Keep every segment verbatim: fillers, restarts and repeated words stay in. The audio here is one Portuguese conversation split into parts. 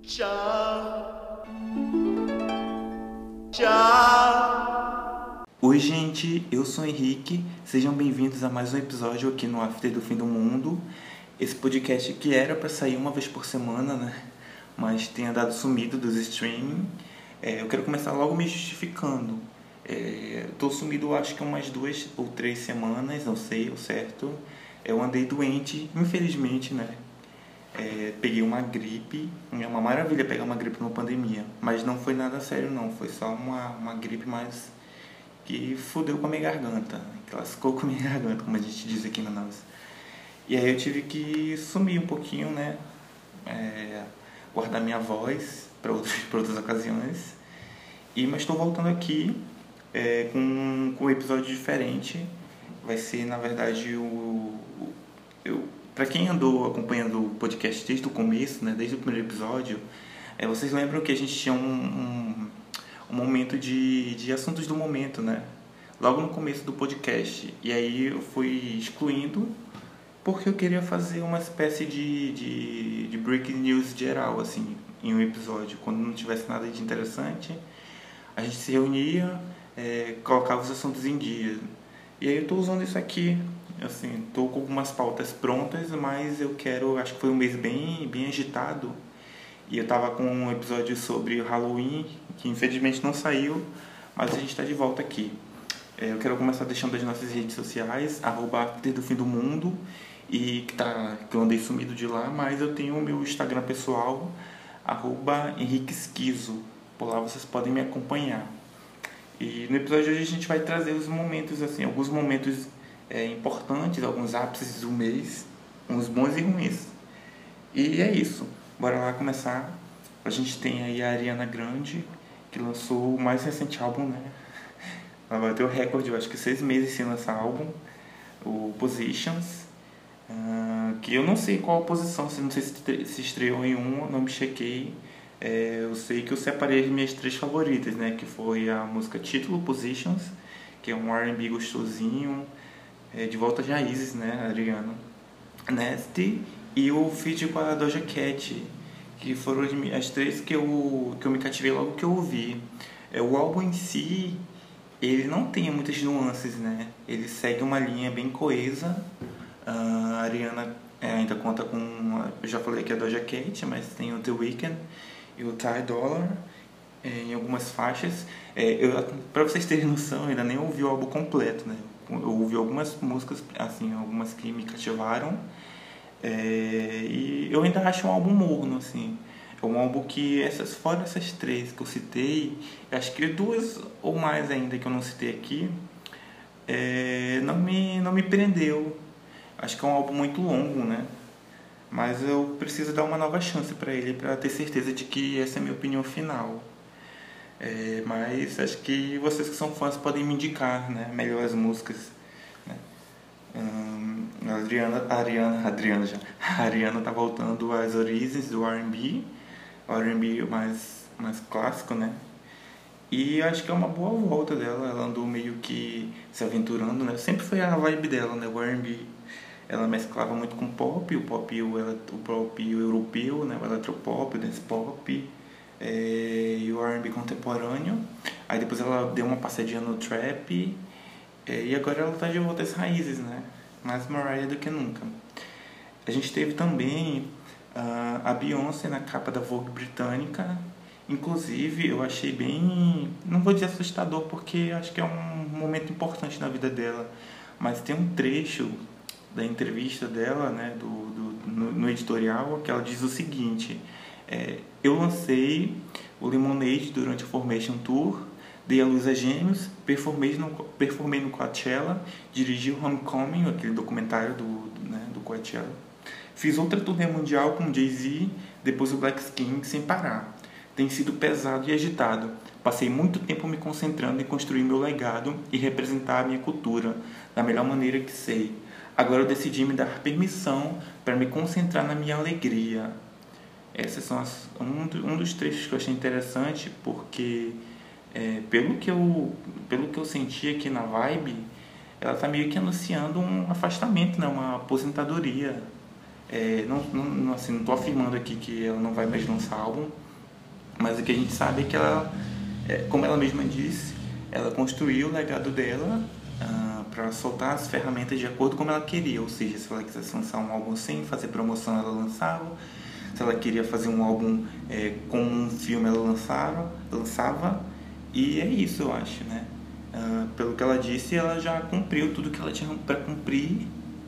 Tchau. Tchau. Oi, gente, eu sou o Henrique. Sejam bem-vindos a mais um episódio aqui no After do Fim do Mundo. Esse podcast que era para sair uma vez por semana, né? Mas tem andado sumido dos streaming. É, eu quero começar logo me justificando. É, tô sumido acho que umas duas ou três semanas, não sei o certo. Eu andei doente, infelizmente, né? É, peguei uma gripe. É uma maravilha pegar uma gripe numa pandemia, mas não foi nada sério não. Foi só uma, uma gripe mais que fudeu com a minha garganta, que lascou com a minha garganta, como a gente diz aqui em Manaus. E aí eu tive que sumir um pouquinho, né? É, guardar minha voz para outras, para outras ocasiões. E, mas estou voltando aqui é, com, com um episódio diferente. Vai ser, na verdade, o... o eu, para quem andou acompanhando o podcast desde o começo, né, desde o primeiro episódio, é, vocês lembram que a gente tinha um, um, um momento de, de assuntos do momento, né? Logo no começo do podcast. E aí eu fui excluindo porque eu queria fazer uma espécie de, de, de breaking news geral, assim, em um episódio. Quando não tivesse nada de interessante, a gente se reunia, é, colocava os assuntos em dia. E aí eu tô usando isso aqui, assim, tô com algumas pautas prontas, mas eu quero, acho que foi um mês bem, bem agitado. E eu tava com um episódio sobre o Halloween, que infelizmente não saiu, mas a gente tá de volta aqui. É, eu quero começar deixando as nossas redes sociais, arroba After do Fim do Mundo, e que, tá, que eu andei sumido de lá, mas eu tenho o meu Instagram pessoal, arroba Henrique Esquizo. Por lá vocês podem me acompanhar. E no episódio de hoje a gente vai trazer os momentos, assim, alguns momentos é, importantes, alguns ápices do mês, uns bons e ruins. E é isso. Bora lá começar. A gente tem aí a Ariana Grande, que lançou o mais recente álbum, né? Ela bateu o recorde, eu acho que seis meses sem lançar álbum, o Positions. Uh, que eu não sei qual a posição, não sei se, se estreou em um, não me chequei. É, eu sei que eu separei as minhas três favoritas, né? Que foi a música título, Positions, que é um R and B gostosinho, é, de volta às raízes, né, Ariana. Nasty e o feat com a Doja Cat, que foram as, as três que eu, que eu me cativei logo que eu ouvi. É, o álbum em si, ele não tem muitas nuances, né? Ele segue uma linha bem coesa. Uh, a Ariana é, ainda conta com, uma, eu já falei que é a Doja Cat, mas tem o The Weeknd e o Ty Dolla é, em algumas faixas. É, para vocês terem noção, eu ainda nem ouvi o álbum completo, né? Eu ouvi algumas músicas, assim, algumas que me cativaram. É, e eu ainda acho um álbum morno, assim. É um álbum que, essas, fora essas três que eu citei, acho que duas ou mais ainda que eu não citei aqui, é, não, me, não me prendeu. Acho que é um álbum muito longo, né? Mas eu preciso dar uma nova chance para ele, para ter certeza de que essa é a minha opinião final. É, mas acho que vocês que são fãs podem me indicar, né, melhor as músicas, né? Hum, a Adriana, a Ariana, a Adriana já, a Ariana tá voltando às origens do R and B, o R and B mais, mais clássico, né? E acho que é uma boa volta dela. Ela andou meio que se aventurando, né? Sempre foi a vibe dela, né, o R and B. Ela mesclava muito com pop, o pop, o, o pop europeu, né, o eletropop, o dance pop, é, e o R and B contemporâneo. Aí depois ela deu uma passadinha no trap, é, e agora ela tá de volta às raízes, né? Mais Mariah do que nunca. A gente teve também uh, a Beyoncé na capa da Vogue britânica. Inclusive eu achei bem, não vou dizer assustador, porque acho que é um momento importante na vida dela, mas tem um trecho da entrevista dela, né, do, do, no, no editorial, que ela diz o seguinte: é, eu lancei o Lemonade durante o Formation Tour, dei a luz a gêmeos, performei no, performei no Coachella, dirigi o Homecoming, aquele documentário do, do, né, do Coachella, fiz outra turnê mundial com Jay-Z, depois o Black King, sem parar. Tem sido pesado e agitado. Passei muito tempo me concentrando em construir meu legado e representar a minha cultura da melhor maneira que sei. Agora eu decidi me dar permissão para me concentrar na minha alegria. Esses são as, um, um dos trechos que eu achei interessante, porque é, pelo, que eu, pelo que eu senti aqui na vibe, ela está meio que anunciando um afastamento, né, uma aposentadoria. É, não, não, assim, não tô afirmando aqui que ela não vai mais lançar álbum, mas o que a gente sabe é que ela, é, como ela mesma disse, ela construiu o legado dela ah, para soltar as ferramentas de acordo como ela queria, ou seja, se ela quisesse lançar um álbum sem fazer promoção, ela lançava. Se ela queria fazer um álbum é, com um filme, ela lançava, lançava. E é isso, eu acho, né? Uh, pelo que ela disse, ela já cumpriu tudo que ela tinha para cumprir.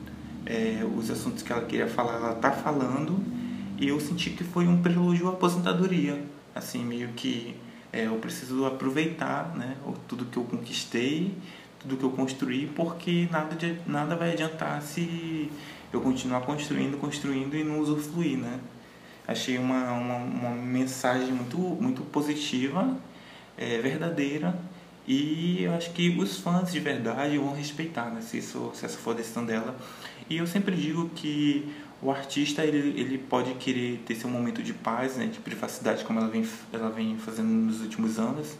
É, os assuntos que ela queria falar, ela tá falando. E eu senti que foi um prelúdio à aposentadoria. Assim, meio que é, eu preciso aproveitar, né? Tudo que eu conquistei, tudo que eu construí, porque nada, de, nada vai adiantar se eu continuar construindo, construindo e não usufruir, né? Achei uma, uma, uma mensagem muito, muito positiva, é, verdadeira, e eu acho que os fãs de verdade vão respeitar, né, se, isso, se essa for a decisão dela. E eu sempre digo que o artista ele, ele pode querer ter seu momento de paz, né, de privacidade, como ela vem, ela vem fazendo nos últimos anos.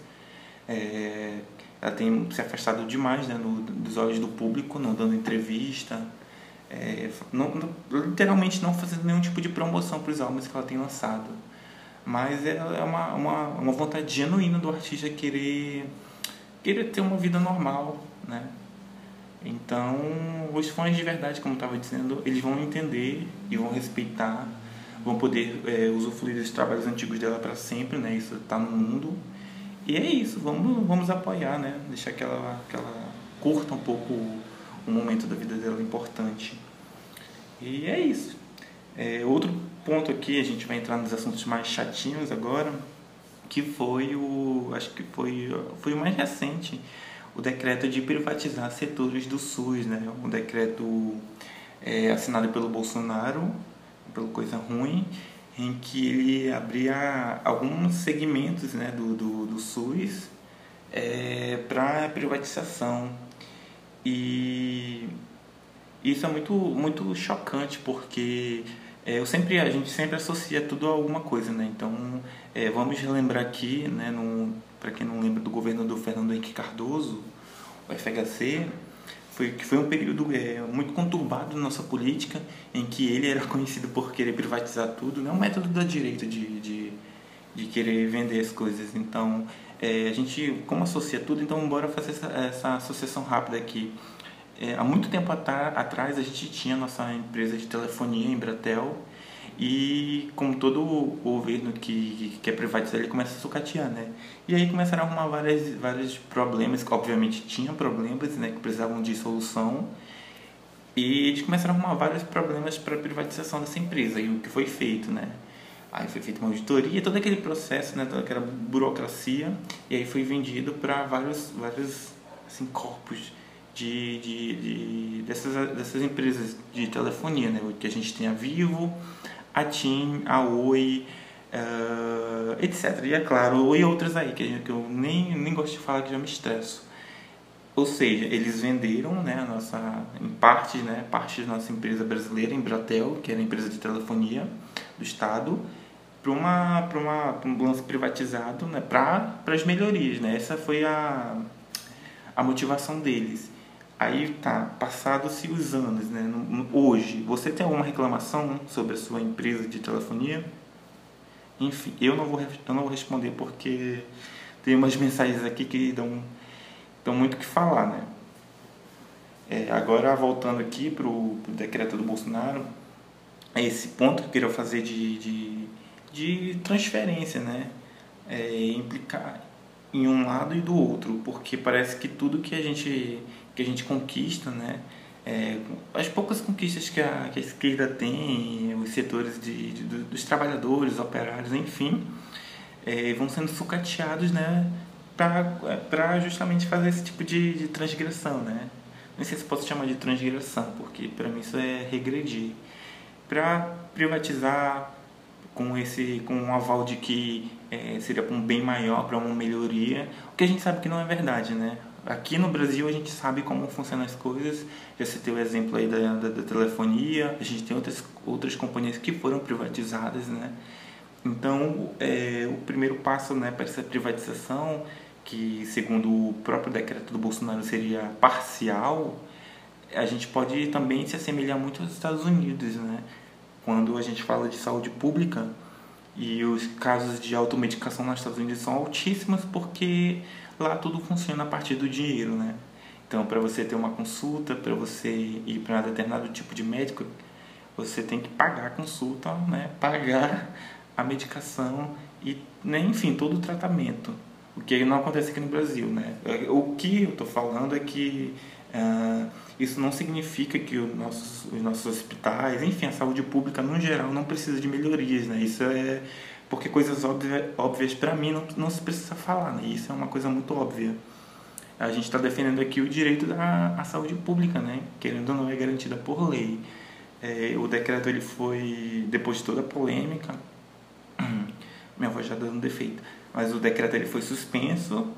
É, ela tem se afastado demais, né, no, dos olhos do público, não dando entrevista. É, não, não, literalmente não fazendo nenhum tipo de promoção para os álbuns que ela tem lançado, mas é, é uma, uma, uma vontade genuína do artista querer, querer ter uma vida normal, né? Então os fãs de verdade, como eu estava dizendo, eles vão entender e vão respeitar, vão poder é, usufruir dos trabalhos antigos dela para sempre, né? Isso está no mundo, e é isso, vamos, vamos apoiar, né? Deixar que ela, que ela curta um pouco um momento da vida dela importante. E é isso. É, outro ponto aqui, a gente vai entrar nos assuntos mais chatinhos agora, que foi o, acho que foi, foi o mais recente, o decreto de privatizar setores do SUS, né? Um decreto é, assinado pelo Bolsonaro, pelo Coisa Ruim, em que ele abria alguns segmentos, né, do, do, do SUS é, para privatização. E isso é muito, muito chocante, porque é, eu sempre, a gente sempre associa tudo a alguma coisa, né? Então, é, vamos relembrar aqui, né, para quem não lembra do governo do Fernando Henrique Cardoso, o F H C, foi, que foi um período é, muito conturbado na nossa política, em que ele era conhecido por querer privatizar tudo, né? Um método da direita de, de, de querer vender as coisas. Então, é, a gente, como associa tudo, então bora fazer essa, essa associação rápida aqui. É, há muito tempo atrás a gente tinha nossa empresa de telefonia, Embratel, e como todo o governo que, que quer privatizar, ele começa a sucatear, né? E aí começaram a arrumar várias, vários problemas, que obviamente tinham problemas, né, que precisavam de solução, e eles começaram a arrumar vários problemas para a privatização dessa empresa, e o que foi feito, né? Aí foi feita uma auditoria, todo aquele processo, né, toda aquela burocracia, e aí foi vendido para vários, vários assim, corpos de, de, de, dessas, dessas empresas de telefonia, né, que a gente tem a Vivo, a TIM, a Oi, uh, etcétera. E é claro, Oi e outras aí, que, que eu nem, nem gosto de falar, que já me estresso. Ou seja, eles venderam, né, a nossa, em parte, né, parte da nossa empresa brasileira, Embratel, que era a empresa de telefonia do Estado, para uma, para uma, para um lance privatizado, né, para as melhorias, né? Essa foi a, a motivação deles. Aí tá, passados-se os anos, né? Hoje, você tem alguma reclamação sobre a sua empresa de telefonia? Enfim, eu não vou, eu não vou responder, porque tem umas mensagens aqui que dão, dão muito o que falar, né? É, agora, voltando aqui para o decreto do Bolsonaro, é esse ponto que eu queria fazer de, de, de transferência, né? É, implicar em um lado e do outro, porque parece que tudo que a gente, que a gente conquista, né? É, as poucas conquistas que a, que a esquerda tem, os setores de, de, dos trabalhadores, operários, enfim, é, vão sendo sucateados, né, para justamente fazer esse tipo de, de transgressão, né? Não sei se posso chamar de transgressão, porque para mim isso é regredir. Para privatizar com esse, com um aval de que é, seria para um bem maior, para uma melhoria, o que a gente sabe que não é verdade, né? Aqui no Brasil a gente sabe como funcionam as coisas, já citei o exemplo aí da, da, da telefonia, a gente tem outras, outras companhias que foram privatizadas, né? Então, é, o primeiro passo, né, para essa privatização, que segundo o próprio decreto do Bolsonaro seria parcial, a gente pode também se assemelhar muito aos Estados Unidos, né? quando a gente fala de saúde pública, e os casos de automedicação nos Estados Unidos são altíssimos porque lá tudo funciona a partir do dinheiro, né? Então, para você ter uma consulta, para você ir para determinado tipo de médico, você tem que pagar a consulta, né? Pagar a medicação e, né? Enfim, todo o tratamento. O que não acontece aqui no Brasil, né? O que eu estou falando é que uh, isso não significa que os nossos, os nossos hospitais, enfim, a saúde pública no geral não precisa de melhorias, né? Isso é porque coisas óbvias, óbvias para mim não, não se precisa falar, né? Isso é uma coisa muito óbvia. A gente está defendendo aqui o direito da à saúde pública, né? Querendo ou não, é garantida por lei. É, o decreto ele foi, depois de toda a polêmica, minha voz já dando defeito, mas o decreto ele foi suspenso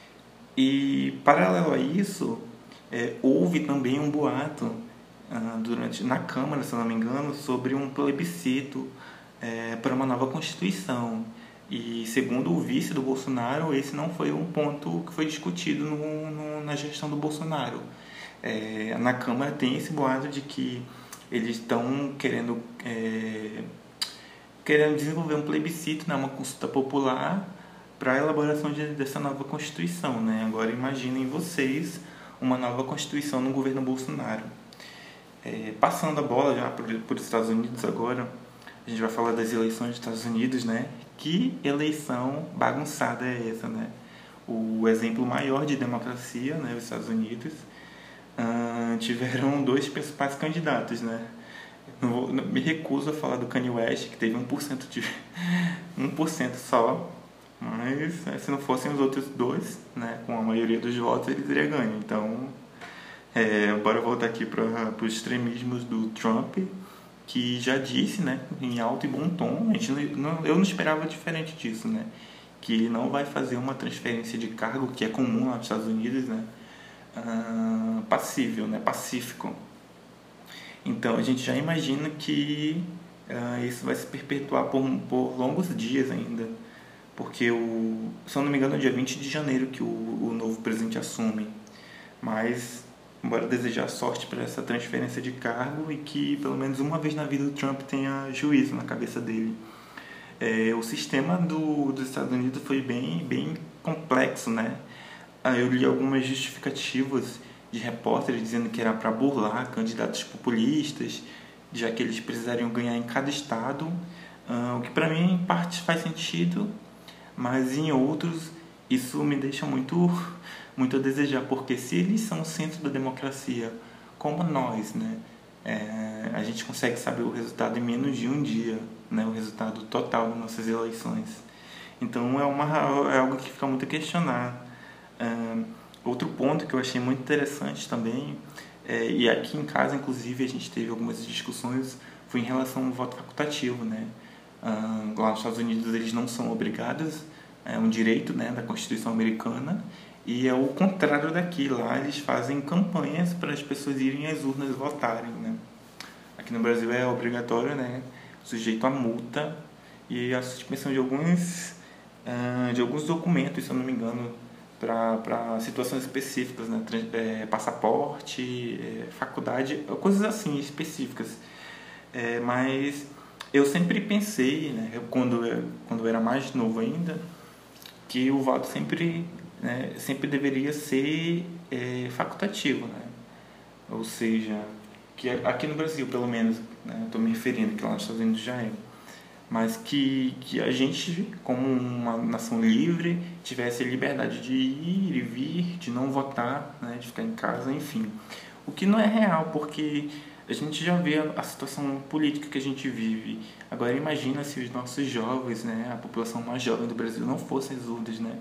e, paralelo a isso, é, houve também um boato ah, durante, na Câmara, se eu não me engano, sobre um plebiscito é, para uma nova Constituição. E, segundo o vice do Bolsonaro, esse não foi um ponto que foi discutido no, no, na gestão do Bolsonaro. É, na Câmara tem esse boato de que eles estão querendo, é, querendo desenvolver um plebiscito, né, uma consulta popular para a elaboração de, dessa nova Constituição, né? Agora imaginem vocês uma nova Constituição no governo Bolsonaro. É, passando a bola já para os Estados Unidos agora, a gente vai falar das eleições dos Estados Unidos, né? Que eleição bagunçada é essa, né? O exemplo maior de democracia, né, os Estados Unidos, uh, tiveram dois principais candidatos, né? Não vou, não, me recuso a falar do Kanye West, que teve um por cento de um por cento só, mas né, se não fossem os outros dois, né, com a maioria dos votos, eles iriam ganhar. Então, é, bora voltar aqui para os extremismos do Trump, que já disse, né, em alto e bom tom, a gente não, eu não esperava diferente disso, né, que ele não vai fazer uma transferência de cargo, que é comum lá nos Estados Unidos, né, uh, passível, né, pacífico. Então a gente já imagina que uh, isso vai se perpetuar por, por longos dias ainda, porque, o, se eu não me engano, é dia vinte de janeiro que o, o novo presidente assume, mas bora desejar sorte para essa transferência de cargo e que pelo menos uma vez na vida o Trump tenha juízo na cabeça dele. É, o sistema do, dos Estados Unidos foi bem, bem complexo, né? Eu li algumas justificativas de repórteres dizendo que era para burlar candidatos populistas, já que eles precisariam ganhar em cada estado, uh, o que para mim em parte faz sentido, mas em outros isso me deixa muito, muito a desejar, porque se eles são o centro da democracia, como nós, né, é, a gente consegue saber o resultado em menos de um dia, né, o resultado total das nossas eleições. Então é, uma, é algo que fica muito a questionar. É, outro ponto que eu achei muito interessante também, é, e aqui em casa inclusive a gente teve algumas discussões, foi em relação ao voto facultativo, né? Uh, lá nos Estados Unidos eles não são obrigados, é um direito, né, da Constituição americana, e é o contrário daqui. Lá eles fazem campanhas para as pessoas irem às urnas votarem, né? Aqui no Brasil é obrigatório, né, sujeito a multa e a suspensão de alguns, uh, de alguns documentos, se eu não me engano, para situações específicas, né, é, passaporte, é, faculdade, coisas assim específicas. É, mas eu sempre pensei, né, quando, eu, quando eu era mais novo ainda, que o voto sempre, né, sempre deveria ser é, facultativo, né? Ou seja, que aqui no Brasil, pelo menos, né, estou me referindo, que lá nos Estados Unidos já é, mas que, que a gente, como uma nação livre, tivesse a liberdade de ir e vir, de não votar, né, de ficar em casa, enfim. O que não é real, porque a gente já vê a situação política que a gente vive. Agora imagina se os nossos jovens, né, a população mais jovem do Brasil não fossem as urnas, né?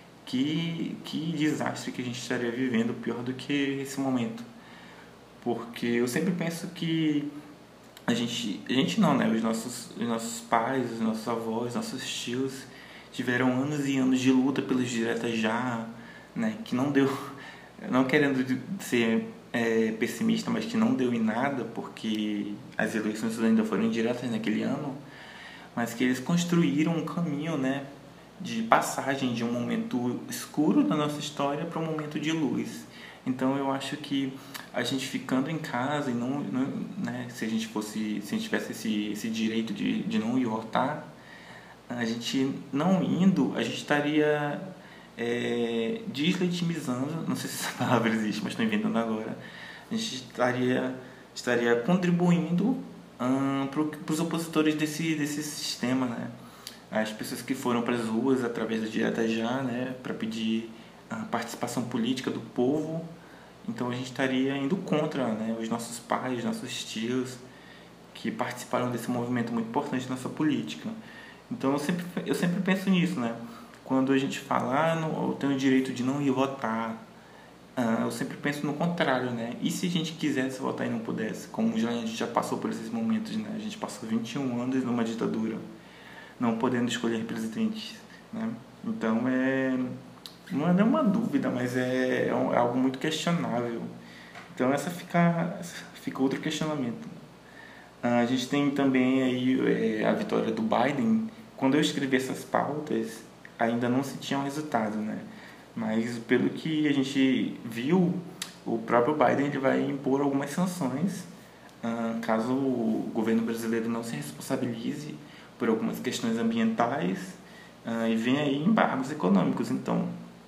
Que, que desastre que a gente estaria vivendo, pior do que esse momento. Porque eu sempre penso que a gente, a gente não, né? Os nossos, os nossos pais, os nossos avós, os nossos tios tiveram anos e anos de luta pelos diretas já, né? Que não deu, não querendo ser é, pessimista, mas que não deu em nada, porque as eleições ainda foram indiretas naquele ano, mas que eles construíram um caminho, né, de passagem de um momento escuro da nossa história para um momento de luz. Então eu acho que a gente ficando em casa e não, não né, se a gente fosse, se a gente tivesse esse, esse direito de, de não ir votar, a gente não indo, a gente estaria é, deslegitimizando, não sei se essa palavra existe, mas estou inventando agora, a gente estaria, estaria contribuindo hum, para os opositores desse, desse sistema, né? As pessoas que foram para as ruas através do Direta Já, né, para pedir a participação política do povo, então a gente estaria indo contra, né, os nossos pais, nossos tios, que participaram desse movimento muito importante na nossa política. Então eu sempre, eu sempre penso nisso, né? Quando a gente fala, ah, não, eu tenho o direito de não ir votar, ah, eu sempre penso no contrário, né? E se a gente quisesse votar e não pudesse? Como já, a gente já passou por esses momentos, né? A gente passou vinte e um anos numa ditadura, não podendo escolher presidentes, né? Então é... não é nenhuma dúvida, mas é, é, um, é algo muito questionável. Então essa fica, fica outro questionamento. A gente tem também aí é, a vitória do Biden. Quando eu escrevi essas pautas, ainda não se tinha um resultado, né? Mas pelo que a gente viu, o próprio Biden ele vai impor algumas sanções uh, caso o governo brasileiro não se responsabilize por algumas questões ambientais uh, e venha aí embargos econômicos. Então,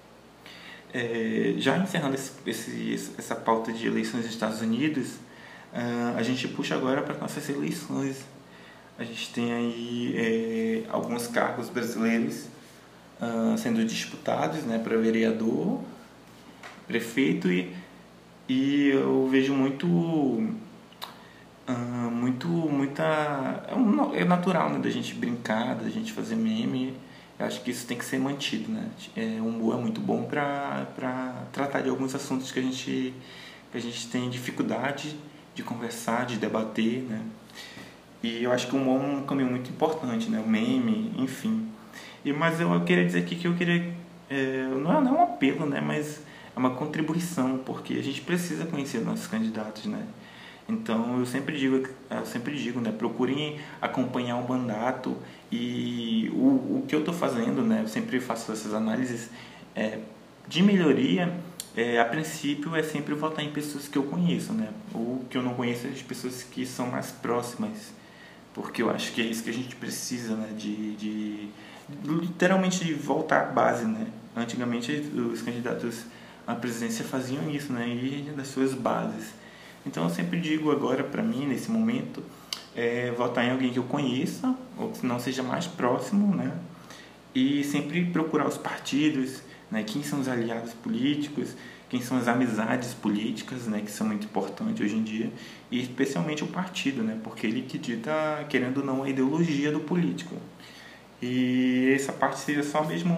é, já encerrando esse, esse, essa pauta de eleições nos Estados Unidos, Uh, a gente puxa agora para nossas eleições. A gente tem aí é, alguns cargos brasileiros uh, sendo disputados, né, para vereador, prefeito, e, e eu vejo muito, uh, muito, muita, é, um, é natural, né, da gente brincar, da gente fazer meme. Eu acho que isso tem que ser mantido, né? É, o humor é muito bom para para tratar de alguns assuntos que a gente que a gente tem dificuldade de conversar, de debater, né? E eu acho que o humor é um caminho muito importante, né? O meme, enfim. E, mas eu, eu queria dizer aqui que eu queria... É, não, é, não é um apelo, né? Mas é uma contribuição, porque a gente precisa conhecer nossos candidatos, né? Então eu sempre digo, eu sempre digo, né? Procurem acompanhar o mandato e o, o que eu estou fazendo, né? Eu sempre faço essas análises é, de melhoria. É, a princípio é sempre votar em pessoas que eu conheço, né? Ou que eu não conheço, as pessoas que são mais próximas, porque eu acho que é isso que a gente precisa, né? De, de literalmente de voltar à base, né? Antigamente os candidatos à presidência faziam isso, né? E das suas bases. Então eu sempre digo agora para mim nesse momento é, votar em alguém que eu conheça ou que não seja mais próximo, né? E sempre procurar os partidos, né, quem são os aliados políticos, quem são as amizades políticas, né, que são muito importantes hoje em dia, e especialmente o partido, né, porque ele que dita, querendo ou não, a ideologia do político. E essa parte seria só mesmo,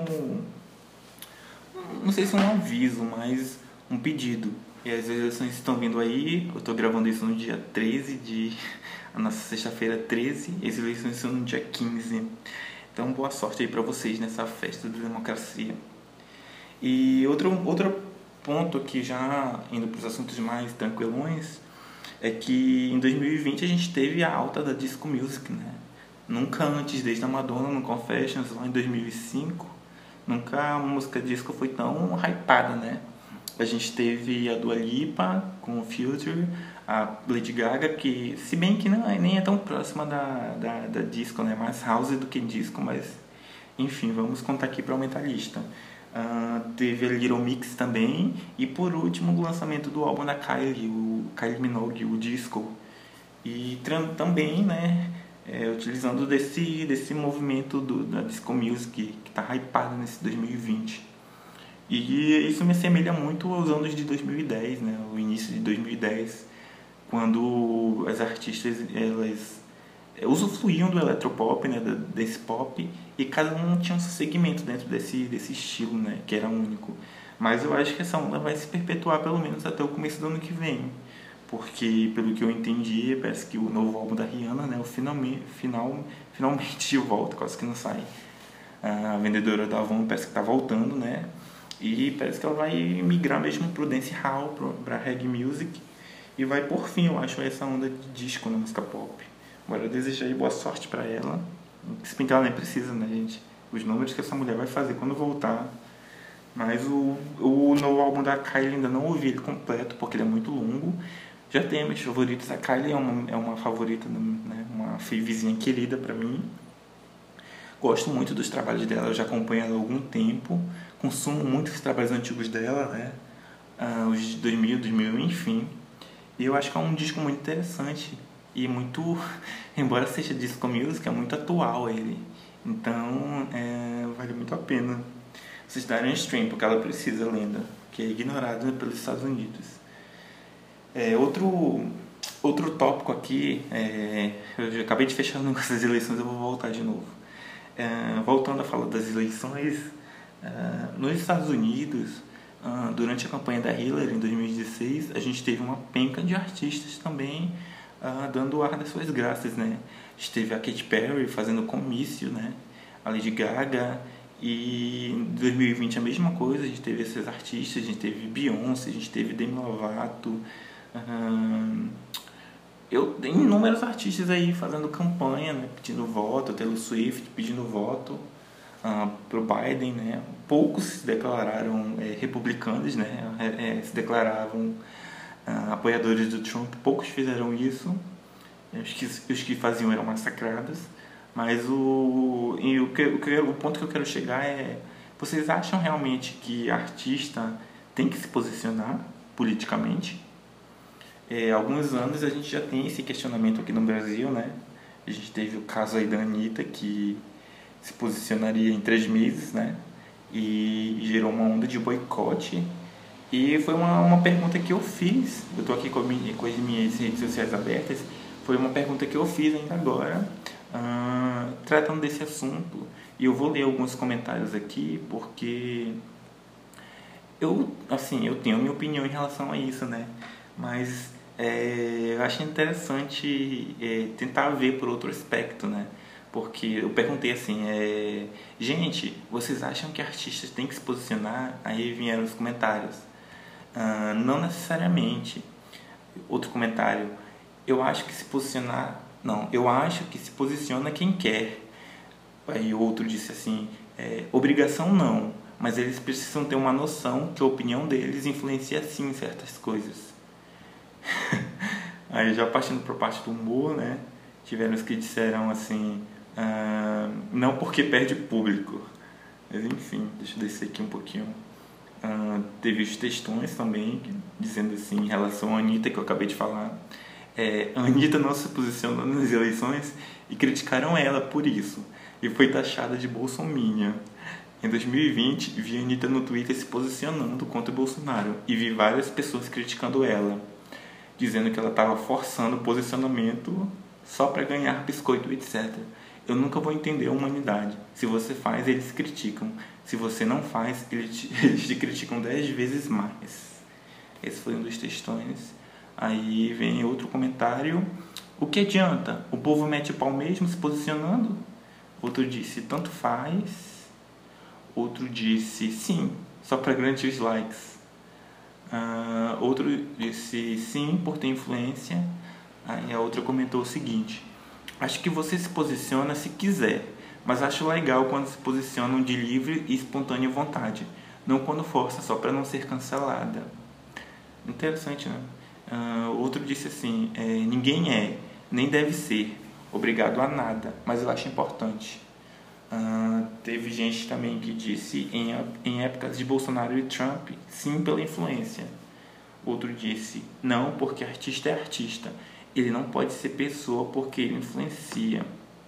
não sei se é um aviso, mas um pedido. E as eleições estão vindo aí, eu estou gravando isso no dia treze de... a nossa sexta-feira treze, e as eleições são no dia quinze. Então boa sorte aí para vocês nessa festa da democracia. E outro, outro ponto aqui, já indo para os assuntos mais tranquilões, é que em dois mil e vinte a gente teve a alta da disco music, né? Nunca antes, desde a Madonna no Confessions lá em dois mil e cinco, nunca a música disco foi tão hypada, né? A gente teve a Dua Lipa com o Future, a Lady Gaga, que se bem que não é, nem é tão próxima da, da, da disco, né? Mais house do que disco, mas enfim, vamos contar aqui para aumentar a lista. Uh, teve a Little Mix também, e por último o lançamento do álbum da Kylie, o Kylie Minogue, o Disco, e também, né, é, utilizando desse, desse movimento do, da disco music que está hypado nesse dois mil e vinte. E isso me assemelha muito aos anos de dois mil e dez, né, o início de dois mil e dez, quando as artistas elas usufruíam do eletropop, né, desse pop, e cada um tinha um segmento dentro desse, desse estilo, né, que era único. Mas eu acho que essa onda vai se perpetuar pelo menos até o começo do ano que vem, porque pelo que eu entendi, parece que o novo álbum da Rihanna, né, o finalmente, final, finalmente de volta, quase que não sai. A vendedora da Avon parece que está voltando, né, e parece que ela vai migrar mesmo pro dancehall, para reggae music, e vai por fim, eu acho, essa onda de disco na música pop. Bora desejar aí boa sorte pra ela. Se bem que ela nem precisa, né, gente? Os números que essa mulher vai fazer quando voltar Mas o, o novo álbum da Kylie ainda não ouvi ele completo, porque ele é muito longo. Já tenho meus favoritos. A Kylie é uma, é uma favorita, né? Uma vizinha querida pra mim. Gosto muito dos trabalhos dela, eu já acompanho ela há algum tempo. Consumo muito os trabalhos antigos dela, né? Ah, os de dois mil, dois mil, enfim. E eu acho que é um disco muito interessante. E muito, embora seja disco music, é muito atual ele. Então, é, vale muito a pena vocês darem um stream, porque ela precisa, lenda, que é ignorada pelos Estados Unidos. É, outro, outro tópico aqui, é, eu já acabei de fechar com essas eleições, eu vou voltar de novo. É, voltando a falar das eleições, é, nos Estados Unidos, é, durante a campanha da Hillary em dois mil e dezesseis, a gente teve uma penca de artistas também é, dando o ar das suas graças, né? A gente teve a Katy Perry fazendo comício, né? A Lady Gaga. E em dois mil e vinte a mesma coisa, a gente teve esses artistas, a gente teve Beyoncé, a gente teve Demi Lovato, hum, eu, inúmeros artistas aí fazendo campanha, né, pedindo voto, Taylor Swift pedindo voto uh, pro Biden, né? Poucos se declararam é, republicanos, né? É, é, se declaravam uh, apoiadores do Trump, poucos fizeram isso, os que, os que faziam eram massacrados. Mas o, e o, que, o, que, o ponto que eu quero chegar é: vocês acham realmente que artista tem que se posicionar politicamente? É, há alguns anos a gente já tem esse questionamento aqui no Brasil, né? A gente teve o caso aí da Anitta, que se posicionaria em três meses, né? E gerou uma onda de boicote. E foi uma, uma pergunta que eu fiz, eu estou aqui com, a minha, com as minhas redes sociais abertas, foi uma pergunta que eu fiz ainda agora, Uh, tratando desse assunto, e eu vou ler alguns comentários aqui porque eu, assim, eu tenho minha opinião em relação a isso, né? Mas é, eu acho interessante é, tentar ver por outro aspecto, né? Porque eu perguntei assim, é, gente, vocês acham que artistas têm que se posicionar? Aí vieram os comentários, uh, não necessariamente. Outro comentário, eu acho que se posicionar Não, eu acho que se posiciona quem quer. Aí outro disse assim, é, obrigação não, mas eles precisam ter uma noção que a opinião deles influencia sim certas coisas. Aí já partindo para a parte do humor, né? Tiveram os que disseram assim, ah, não porque perde público. Mas enfim, deixa eu descer aqui um pouquinho. Ah, teve os textões também, dizendo assim, em relação à Anitta, que eu acabei de falar. É, a Anitta não se posicionou nas eleições e criticaram ela por isso, e foi taxada de bolsominion. Em dois mil e vinte, vi a Anitta no Twitter se posicionando contra o Bolsonaro e vi várias pessoas criticando ela, dizendo que ela estava forçando o posicionamento só para ganhar biscoito, etcétera. Eu nunca vou entender a humanidade. Se você faz, eles criticam. Se você não faz, eles te, eles te criticam dez vezes mais. Esse foi um dos textões. Aí vem outro comentário: o que adianta? O povo mete o pau mesmo se posicionando? Outro disse, tanto faz. Outro disse, sim, só para grandes likes. Uh, outro disse, sim, por ter influência. Aí a outra comentou o seguinte: acho que você se posiciona se quiser, mas acho legal quando se posicionam de livre e espontânea vontade, não quando força só para não ser cancelada. Interessante, né? Uh, outro disse assim, é, ninguém é, nem deve ser obrigado a nada, mas eu acho importante. Uh, teve gente também que disse, em, em épocas de Bolsonaro e Trump, sim pela influência. Outro disse, não, porque artista é artista, ele não pode ser pessoa porque ele influencia.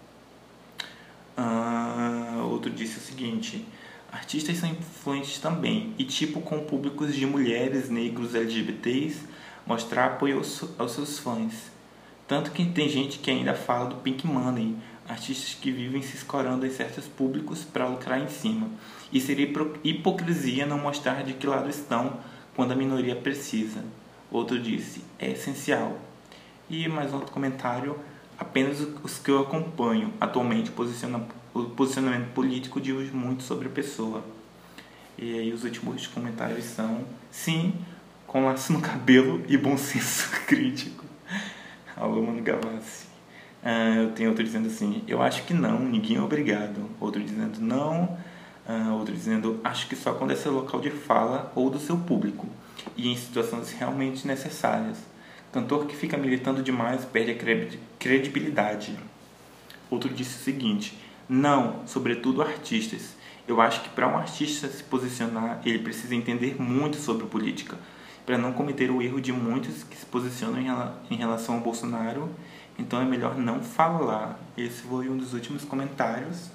Uh, outro disse o seguinte, artistas são influentes também, e tipo com públicos de mulheres, negros, L G B Ts, mostrar apoio aos, aos seus fãs. Tanto que tem gente que ainda fala do Pink Money, artistas que vivem se escorando em certos públicos para lucrar em cima. E seria hipocrisia não mostrar de que lado estão quando a minoria precisa. Outro disse, é essencial. E mais um outro comentário, apenas os que eu acompanho atualmente, posiciona, o posicionamento político diz muito sobre a pessoa. E aí os últimos comentários são, sim, com laço no cabelo e bom senso crítico. Alô, Mano Gavassi. Ah, eu tenho outro dizendo assim, eu acho que não, ninguém é obrigado. Outro dizendo não, Uh, outro dizendo, acho que só quando é seu local de fala ou do seu público, e em situações realmente necessárias. Cantor que fica militando demais perde a credibilidade. Outro disse o seguinte, não, sobretudo artistas. Eu acho que para um artista se posicionar, ele precisa entender muito sobre política, para não cometer o erro de muitos que se posicionam em relação ao Bolsonaro. Então é melhor não falar. Esse foi um dos últimos comentários.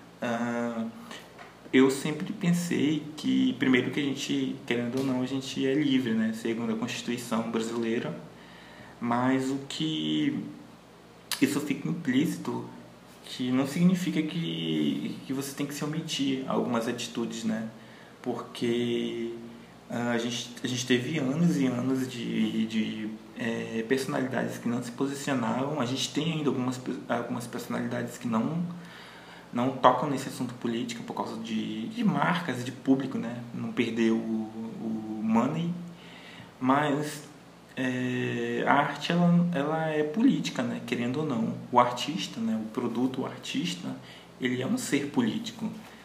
Uh, eu sempre pensei que, primeiro que a gente, querendo ou não, a gente é livre, né? Segundo a Constituição brasileira. Mas o que isso fica implícito, que não significa que, que você tem que se omitir algumas atitudes, né? Porque uh, a, gente, a gente teve anos e anos de, de é, personalidades que não se posicionavam. A gente tem ainda algumas, algumas personalidades que não, não tocam nesse assunto político por causa de, de marcas, de público, né? Não perder o, o money. Mas é, a arte ela, ela é política, né? Querendo ou não. O artista, né? O produto, o artista, ele é um ser político.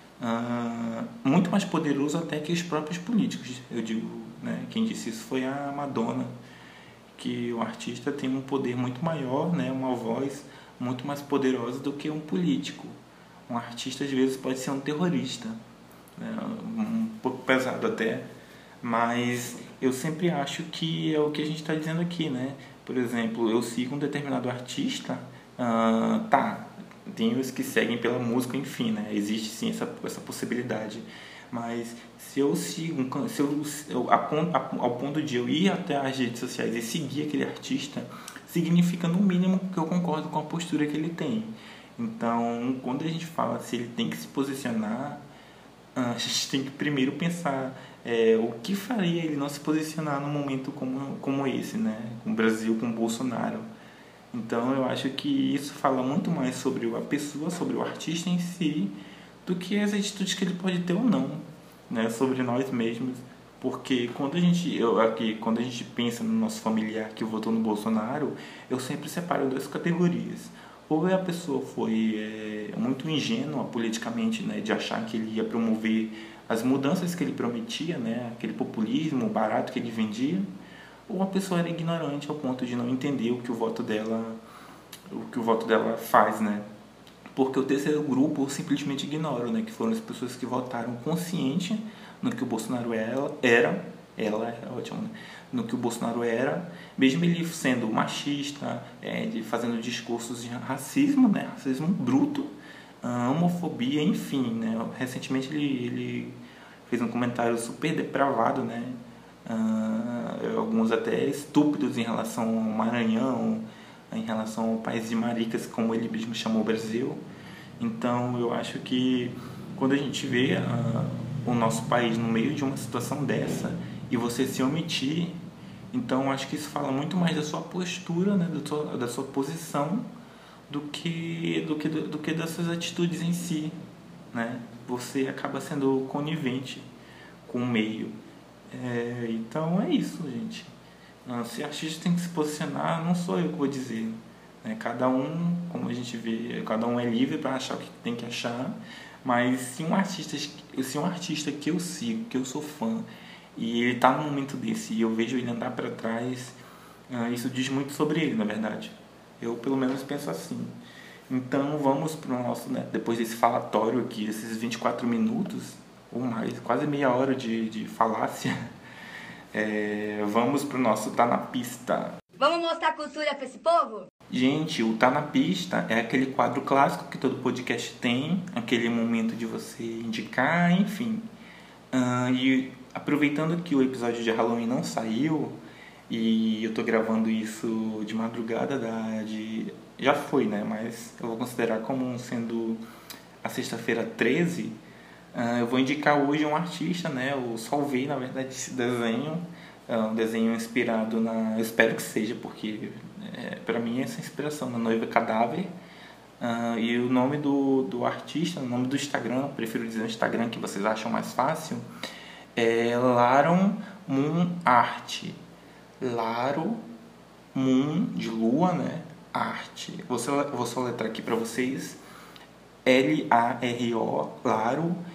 Uh, muito mais poderoso até que os próprios políticos. Eu digo, né? Quem disse isso foi a Madonna, que o artista tem um poder muito maior, né? Uma voz muito mais poderosa do que um político. Um artista às vezes pode ser um terrorista, né? Um pouco pesado até, mas eu sempre acho que é o que a gente está dizendo aqui, né? Por exemplo, eu sigo um determinado artista, uh, tá, tem os que seguem pela música, enfim, né? Existe sim essa, essa possibilidade, mas se eu sigo, se eu, eu, a, a, ao ponto de eu ir até as redes sociais e seguir aquele artista, significa no mínimo que eu concordo com a postura que ele tem. Então, quando a gente fala se ele tem que se posicionar, a gente tem que primeiro pensar é, o que faria ele não se posicionar num momento como, como esse, né? Com o Brasil, com o Bolsonaro. Então, eu acho que isso fala muito mais sobre a pessoa, sobre o artista em si, do que as atitudes que ele pode ter ou não, né? Sobre nós mesmos. Porque quando a gente, eu, aqui, quando a gente pensa no nosso familiar que votou no Bolsonaro, eu sempre separo duas categorias. Ou a pessoa foi é, muito ingênua politicamente, né, de achar que ele ia promover as mudanças que ele prometia, né, aquele populismo barato que ele vendia, ou a pessoa era ignorante ao ponto de não entender o que o voto dela, o que o voto dela faz, né? Porque o terceiro grupo eu simplesmente ignoro, né, que foram as pessoas que votaram consciente no que o Bolsonaro era, era ela é ótima, né? No que o Bolsonaro era, mesmo ele sendo machista, é, de, fazendo discursos de racismo, né? Racismo bruto, homofobia, enfim, né? Recentemente ele, ele fez um comentário super depravado, né? Uh, alguns até estúpidos em relação ao Maranhão, em relação ao país de maricas, como ele mesmo chamou o Brasil. Então eu acho que quando a gente vê uh, o nosso país no meio de uma situação dessa e você se omitir, então acho que isso fala muito mais da sua postura, né, da sua, da sua posição, do que, do, que, do que das suas atitudes em si, né? Você acaba sendo conivente com o meio. É, então é isso, gente. Se o artista tem que se posicionar, não sou eu que vou dizer, né? Cada um, como a gente vê, cada um é livre para achar o que tem que achar. Mas se um artista, se um artista que eu sigo, que eu sou fã, e ele está num momento desse e eu vejo ele andar para trás, isso diz muito sobre ele, na verdade. Eu pelo menos penso assim. Então vamos para o nosso, né, depois desse falatório aqui, esses vinte e quatro minutos ou mais, quase meia hora de, de falácia, é, vamos para o nosso Tá na Pista. Vamos mostrar cultura para esse povo? Gente, o Tá na Pista é aquele quadro clássico que todo podcast tem, aquele momento de você indicar, enfim. Uh, e aproveitando que o episódio de Halloween não saiu, e eu tô gravando isso de madrugada, da, de, já foi, né? Mas eu vou considerar como sendo a sexta-feira treze. Uh, eu vou indicar hoje um artista, né? Eu salvei, na verdade, esse desenho. É um desenho inspirado na... Eu espero que seja, porque é, para mim essa inspiração na Noiva Cadáver. Uh, e o nome do, do artista, o nome do Instagram, prefiro dizer o Instagram que vocês acham mais fácil, é Laron Moon Art. Laro Moon, de lua, né? Arte. Vou só, vou só letrar aqui para vocês. L A R O, Laro,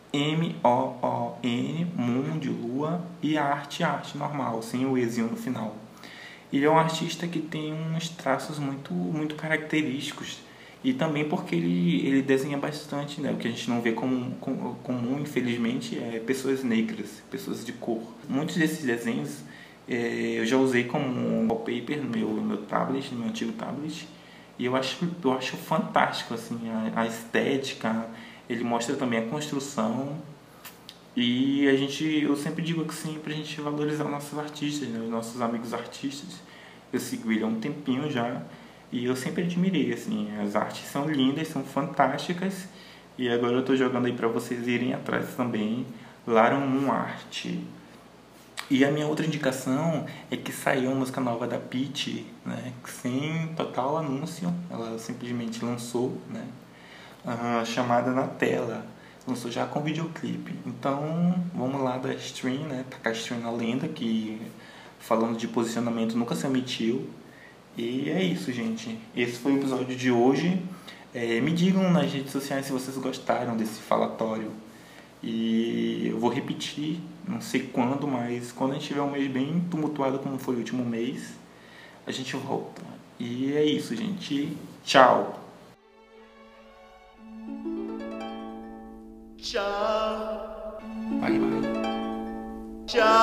M O O N, Moon de lua, e arte, arte normal, sem o ezinho no final. Ele é um artista que tem uns traços muito, muito característicos, e também porque ele, ele desenha bastante, né? O que a gente não vê como, como, comum, infelizmente, é pessoas negras, pessoas de cor. Muitos desses desenhos é, eu já usei como wallpaper no meu, no meu tablet, no meu antigo tablet, e eu acho, eu acho fantástico assim, a, a estética. Ele mostra também a construção, e a gente, eu sempre digo que sim, pra gente valorizar nossos artistas, né? Os nossos amigos artistas. Eu sigo ele há um tempinho já, e eu sempre admirei, assim, as artes são lindas, são fantásticas, e agora eu tô jogando aí pra vocês irem atrás também, Larum Moon Art. E a minha outra indicação é que saiu a música nova da Pitty, né, sem total anúncio, ela simplesmente lançou, né, uh, chamada Na Tela, lançou já com videoclipe. Então vamos lá da stream, né, tacar a stream na lenda, que falando de posicionamento nunca se omitiu. E é isso, gente. Esse foi o episódio de hoje. É, me digam nas redes sociais se vocês gostaram desse falatório. E eu vou repetir, não sei quando, mas quando a gente tiver um mês bem tumultuado como foi o último mês, a gente volta. E é isso, gente. Tchau. Tchau. Bye, bye. Tchau.